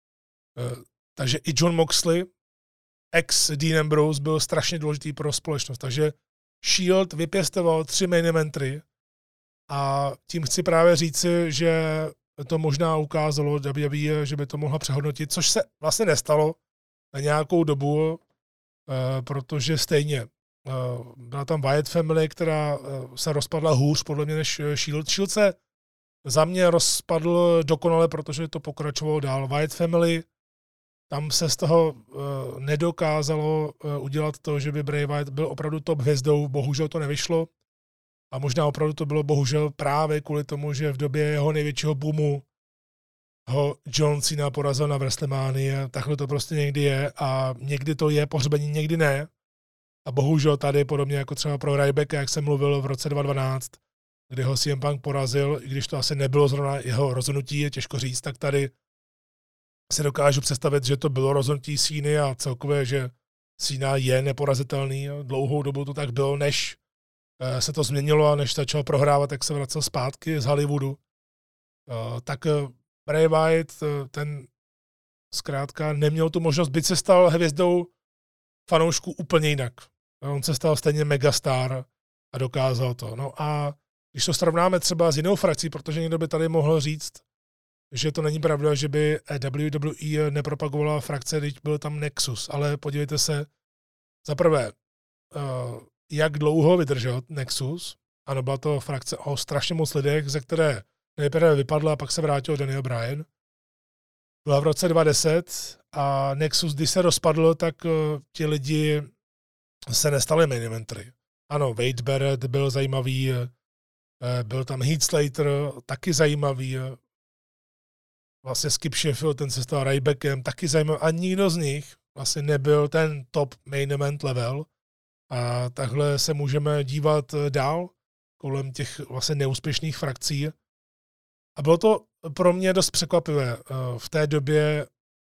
S1: Takže i John Moxley, ex Dean Ambrose, byl strašně důležitý pro společnost, takže Shield vypěstoval 3 main eventy a tím chci právě říci, že to možná ukázalo WWE, že by to mohla přehodnotit, což se vlastně nestalo na nějakou dobu, protože stejně byla tam Wyatt Family, která se rozpadla hůř podle mě než Shield. Shield se za mě rozpadl dokonale, protože to pokračovalo dál. Wyatt Family, tam se z toho nedokázalo udělat to, že by Bray Wyatt byl opravdu top hvězdou, bohužel to nevyšlo. A možná opravdu to bylo bohužel právě kvůli tomu, že v době jeho největšího boomu ho John Cena porazil na WrestleManii. Takhle to prostě někdy je a někdy to je pohřbení, někdy ne. A bohužel tady, podobně jako třeba pro Rybacka, jak jsem mluvil v roce 2012, kdy ho CM Punk porazil, i když to asi nebylo zrovna jeho rozhodnutí, je těžko říct, tak tady si dokážu představit, že to bylo rozhodnutí Ceny a celkově, že Cena je neporazitelný. Dlouhou dobu to tak bylo, než se to změnilo a než začal prohrávat, tak se vracel zpátky z Hollywoodu. Tak Bray Wyatt, ten zkrátka neměl tu možnost, byť se stal hvězdou fanoušků úplně jinak. On se stal stejně megastar a dokázal to. No a když to srovnáme třeba s jinou frakcí, protože někdo by tady mohl říct, že to není pravda, že by WWE nepropagovala frakce, když byl tam Nexus, ale podívejte se, za prvé, jak dlouho vydržel Nexus. Ano, byla to frakce o strašně moc lidech, ze které nejprve vypadla a pak se vrátil Daniel Bryan. Byla v roce 2010 a Nexus, když se rozpadl, tak ti lidi se nestali main eventery. Ano, Wade Barrett byl zajímavý, byl tam Heath Slater, taky zajímavý, vlastně Skip Sheffield, ten se stal Rybackem, taky zajímavý a nikdo z nich vlastně nebyl ten top main event level a takhle se můžeme dívat dál kolem těch vlastně neúspěšných frakcí. A bylo to pro mě dost překvapivé v té době,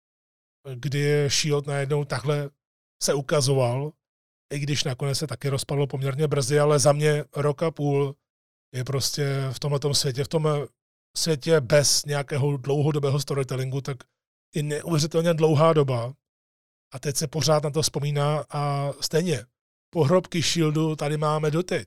S1: kdy Shield najednou takhle se ukazoval, i když nakonec se taky rozpadlo poměrně brzy, ale za mě rok a půl je prostě v tomhletom světě, v tom světě bez nějakého dlouhodobého storytellingu, tak je neuvěřitelně dlouhá doba. A teď se pořád na to vzpomíná a stejně pohrobky Shieldu tady máme doteď.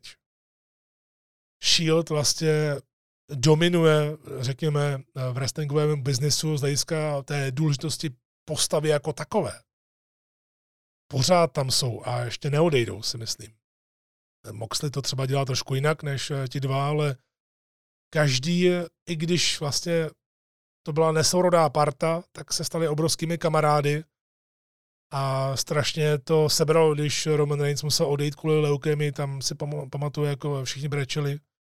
S1: Shield vlastně dominuje, řekněme, v wrestlingovém biznesu z hlediska té důležitosti postavy jako takové. Pořád tam jsou a ještě neodejdou, si myslím. Moxley to třeba dělá trošku jinak než ti dva, ale každý, i když vlastně to byla nesourodá parta, tak se stali obrovskými kamarády a strašně to sebralo, když Roman Reigns musel odejít kvůli leukémii, tam si pamatuju, jako všichni brečeli.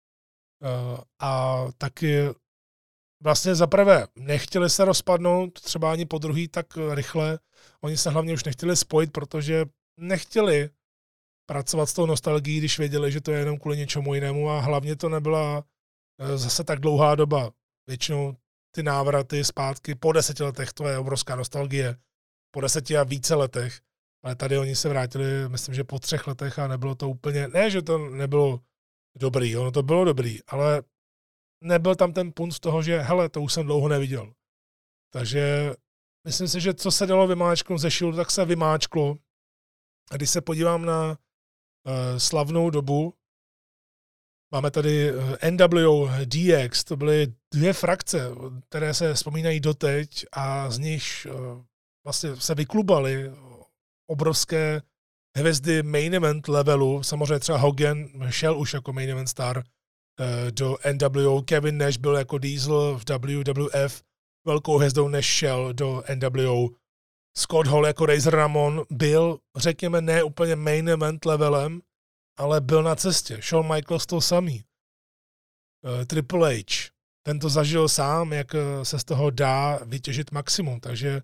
S1: A taky vlastně zaprvé nechtěli se rozpadnout, třeba ani po druhý tak rychle. Oni se hlavně už nechtěli spojit, protože nechtěli pracovat s tou nostalgií, když věděli, že to je jenom kvůli něčemu jinému a hlavně to nebyla zase tak dlouhá doba. Většinou ty návraty zpátky po 10 letech, to je obrovská nostalgie, po 10 a více letech, ale tady oni se vrátili, myslím, že po 3 letech a nebylo to úplně, ne, že to nebylo dobrý, ono to bylo dobrý, ale nebyl tam ten punt z toho, že hele, to už jsem dlouho neviděl. Takže myslím si, že co se dalo vymáčknout ze Shieldu, tak se vymáčklo. A když se podívám na slavnou dobu, máme tady NWO, DX, to byly 2 frakce, které se vzpomínají doteď a z nich vlastně se vyklubaly obrovské hvězdy main event levelu. Samozřejmě třeba Hogan šel už jako main event star do NWO, Kevin Nash byl jako Diesel v WWF velkou hvězdou, než šel do NWO. Scott Hall jako Razor Ramon byl, řekněme, ne úplně main event levelem, ale byl na cestě. Shawn Michaels to samý. Triple H, ten to zažil sám, jak se z toho dá vytěžit maximum, takže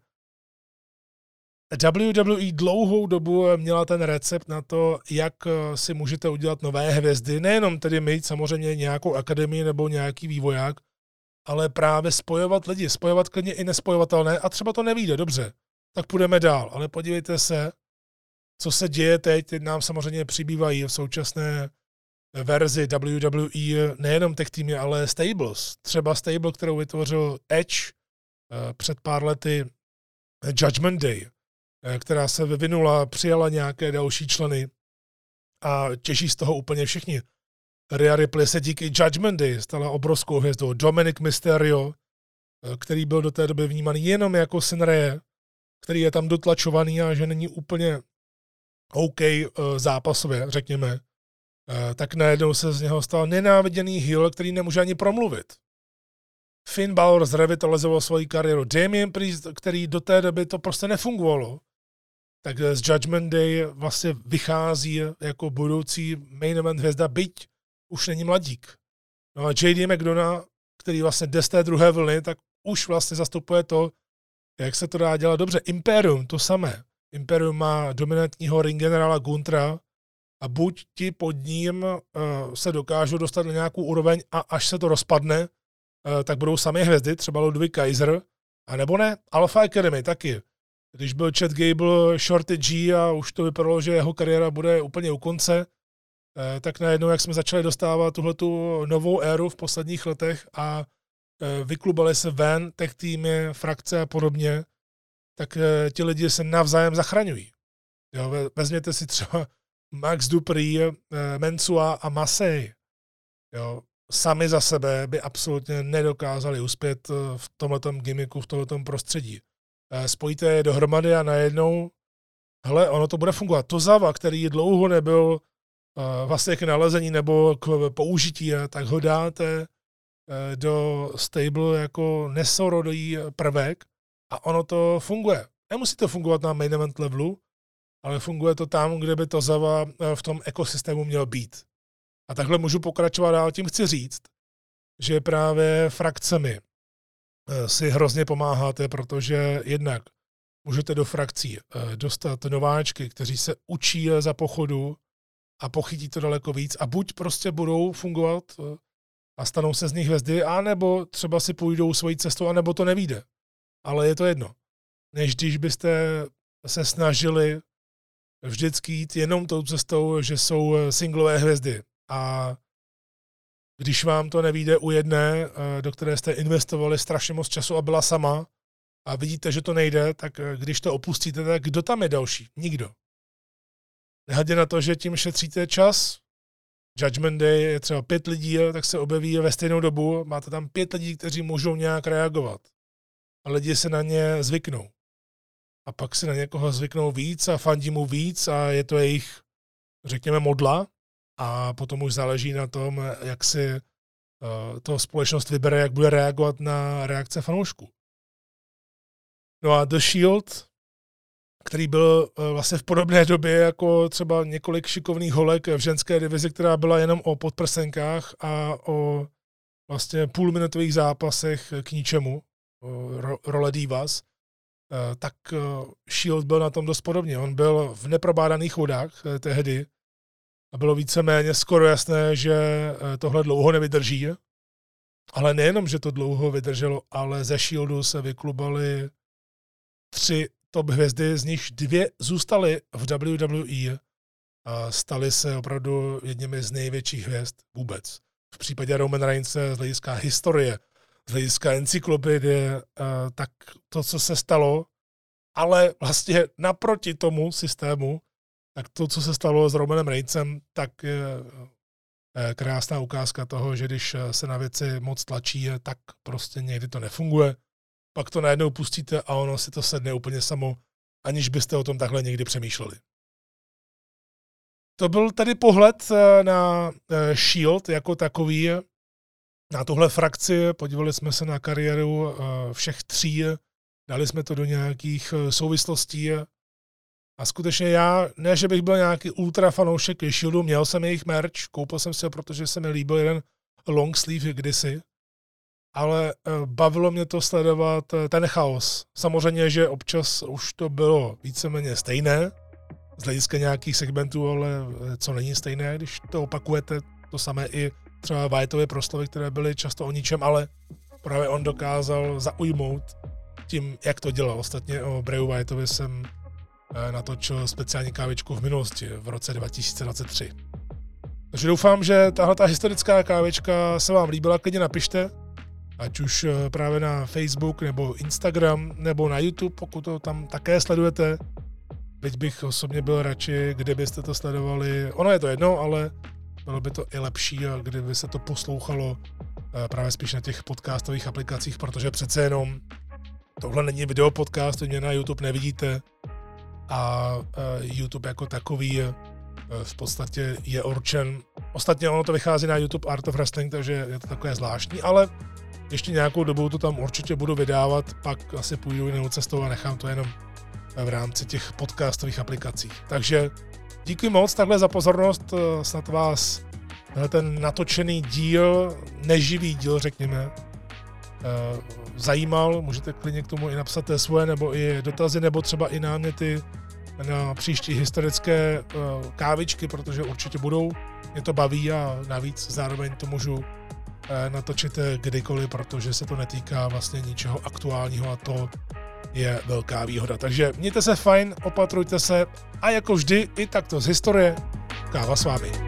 S1: WWE dlouhou dobu měla ten recept na to, jak si můžete udělat nové hvězdy, nejenom tedy mít samozřejmě nějakou akademii nebo nějaký vývoják, ale právě spojovat lidi, spojovat klidně i nespojovatelné a třeba to nevyjde, dobře, tak půjdeme dál, ale podívejte se, co se děje teď nám samozřejmě přibývají v současné verzi WWE nejenom tech týmy, ale stables. Třeba stable, kterou vytvořil Edge před pár lety, Judgment Day, která se vyvinula, přijala nějaké další členy a těší z toho úplně všichni. Rhea Ripley se díky Judgment Day stala obrovskou hvězdou. Dominic Mysterio, který byl do té doby vnímaný jenom jako syn Rhea, který je tam dotlačovaný a že není úplně OK zápasově, řekněme, tak najednou se z něho stal nenáviděný heel, který nemůže ani promluvit. Finn Balor zrevitalizoval svoji kariéru. Damien Priest, který do té doby to prostě nefungovalo, tak z Judgment Day vlastně vychází jako budoucí main event hvězda, byť už není mladík. No a JD McDonough, který vlastně jde z té druhé vlny, tak už vlastně zastupuje to, jak se to dá dělat dobře. Imperium, to samé. Imperium má dominantního ring generála Guntra a buď ti pod ním se dokážou dostat na nějakou úroveň a až se to rozpadne, tak budou sami hvězdy, třeba Ludwig Kaiser, a nebo ne, Alpha Academy taky. Když byl Chad Gable, Shorty G a už to vypadalo, že jeho kariéra bude úplně u konce, tak najednou, jak jsme začali dostávat tuhletu novou éru v posledních letech a vyklubali se ven, tech týmy, frakce a podobně, tak ti lidi se navzájem zachraňují. Jo, vezměte si třeba Max Dupree, Mensua a Massey. Jo, sami za sebe by absolutně nedokázali uspět v tomhletom gimmicku, v tomhletom prostředí. Spojíte je dohromady a najednou, hele, ono to bude fungovat. Tozawa, který dlouho nebyl vlastně k nalezení nebo k použití, tak ho dáte do stable jako nesorodý prvek a ono to funguje. Nemusí to fungovat na main event levelu, ale funguje to tam, kde by Tozawa v tom ekosystému měl být. A takhle můžu pokračovat dál, tím chci říct, že právě frakcemi si hrozně pomáháte, protože jednak můžete do frakcí dostat nováčky, kteří se učí za pochodu a pochytí to daleko víc a buď prostě budou fungovat a stanou se z nich hvězdy, anebo třeba si půjdou svojí cestou, anebo to nevyjde. Ale je to jedno. Než když byste se snažili vždycky jít jenom tou cestou, že jsou singlové hvězdy. A když vám to nevyjde u jedné, do které jste investovali strašně moc času a byla sama a vidíte, že to nejde, tak když to opustíte, tak kdo tam je další? Nikdo. Nehledě na to, že tím šetříte čas, Judgment Day je třeba 5 lidí, tak se objeví ve stejnou dobu, máte tam 5 lidí, kteří můžou nějak reagovat. A lidi se na ně zvyknou. A pak si na někoho zvyknou víc a fandí mu víc a je to jejich, řekněme, modla. A potom už záleží na tom, jak si to společnost vybere, jak bude reagovat na reakce fanoušků. No a The Shield, který byl vlastně v podobné době jako třeba několik šikovných holek v ženské divizi, která byla jenom o podprsenkách a o vlastně půlminutových zápasech k ničemu, role divas, tak Shield byl na tom dost podobně. On byl v neprobádaných vodách tehdy a bylo víceméně skoro jasné, že tohle dlouho nevydrží. Ale nejenom, že to dlouho vydrželo, ale ze Shieldu se vyklubaly 3 top hvězdy, z nich 2 zůstaly v WWE a staly se opravdu jedněmi z největších hvězd vůbec. V případě Roman Reignse z hlediska historie, z hlediska encyklopedie, tak to, co se stalo, ale vlastně naproti tomu systému, tak to, co se stalo s Romanem Reignsem, tak je krásná ukázka toho, že když se na věci moc tlačí, tak prostě někdy to nefunguje. Pak to najednou pustíte a ono si to sedne úplně samo, aniž byste o tom takhle někdy přemýšleli. To byl tedy pohled na Shield jako takový, na tuhle frakci, podívali jsme se na kariéru všech 3, dali jsme to do nějakých souvislostí a skutečně já, ne, že bych byl nějaký ultra fanoušek Shieldu, měl jsem jejich merch, koupil jsem si ho, protože se mi líbil jeden long sleeve kdysi, ale bavilo mě to sledovat ten chaos. Samozřejmě, že občas už to bylo víceméně stejné, z hlediska nějakých segmentů, ale co není stejné, když to opakujete, to samé i třeba Wyattové proslovy, které byly často o ničem, ale právě on dokázal zaujmout tím, jak to dělal. Ostatně o Brayu Wyattovi jsem natočil speciální kávičku v minulosti, v roce 2023. Takže doufám, že tahle historická kávička se vám líbila, klidně napište, ať už právě na Facebook nebo Instagram nebo na YouTube, pokud to tam také sledujete. Byť bych osobně byl radši, kdybyste to sledovali. Ono je to jedno, ale bylo by to i lepší, kdyby se to poslouchalo právě spíš na těch podcastových aplikacích, protože přece jenom tohle není video podcast, mě na YouTube nevidíte a YouTube jako takový v podstatě je určen. Ostatně ono to vychází na YouTube Art of Wrestling, takže je to takové zvláštní, ale ještě nějakou dobu to tam určitě budu vydávat, pak asi půjdu jinou cestou a nechám to jenom v rámci těch podcastových aplikací. Takže díky moc takhle za pozornost, snad vás ten natočený díl, neživý díl řekněme, zajímal, můžete klidně k tomu i napsat svoje nebo i dotazy nebo třeba i náměty na příští historické kávičky, protože určitě budou. Mě to baví a navíc zároveň to můžu natočit kdykoliv, protože se to netýká vlastně ničeho aktuálního a to je velká výhoda. Takže mějte se fajn, opatrujte se a jako vždy i takto z historie káva s vámi.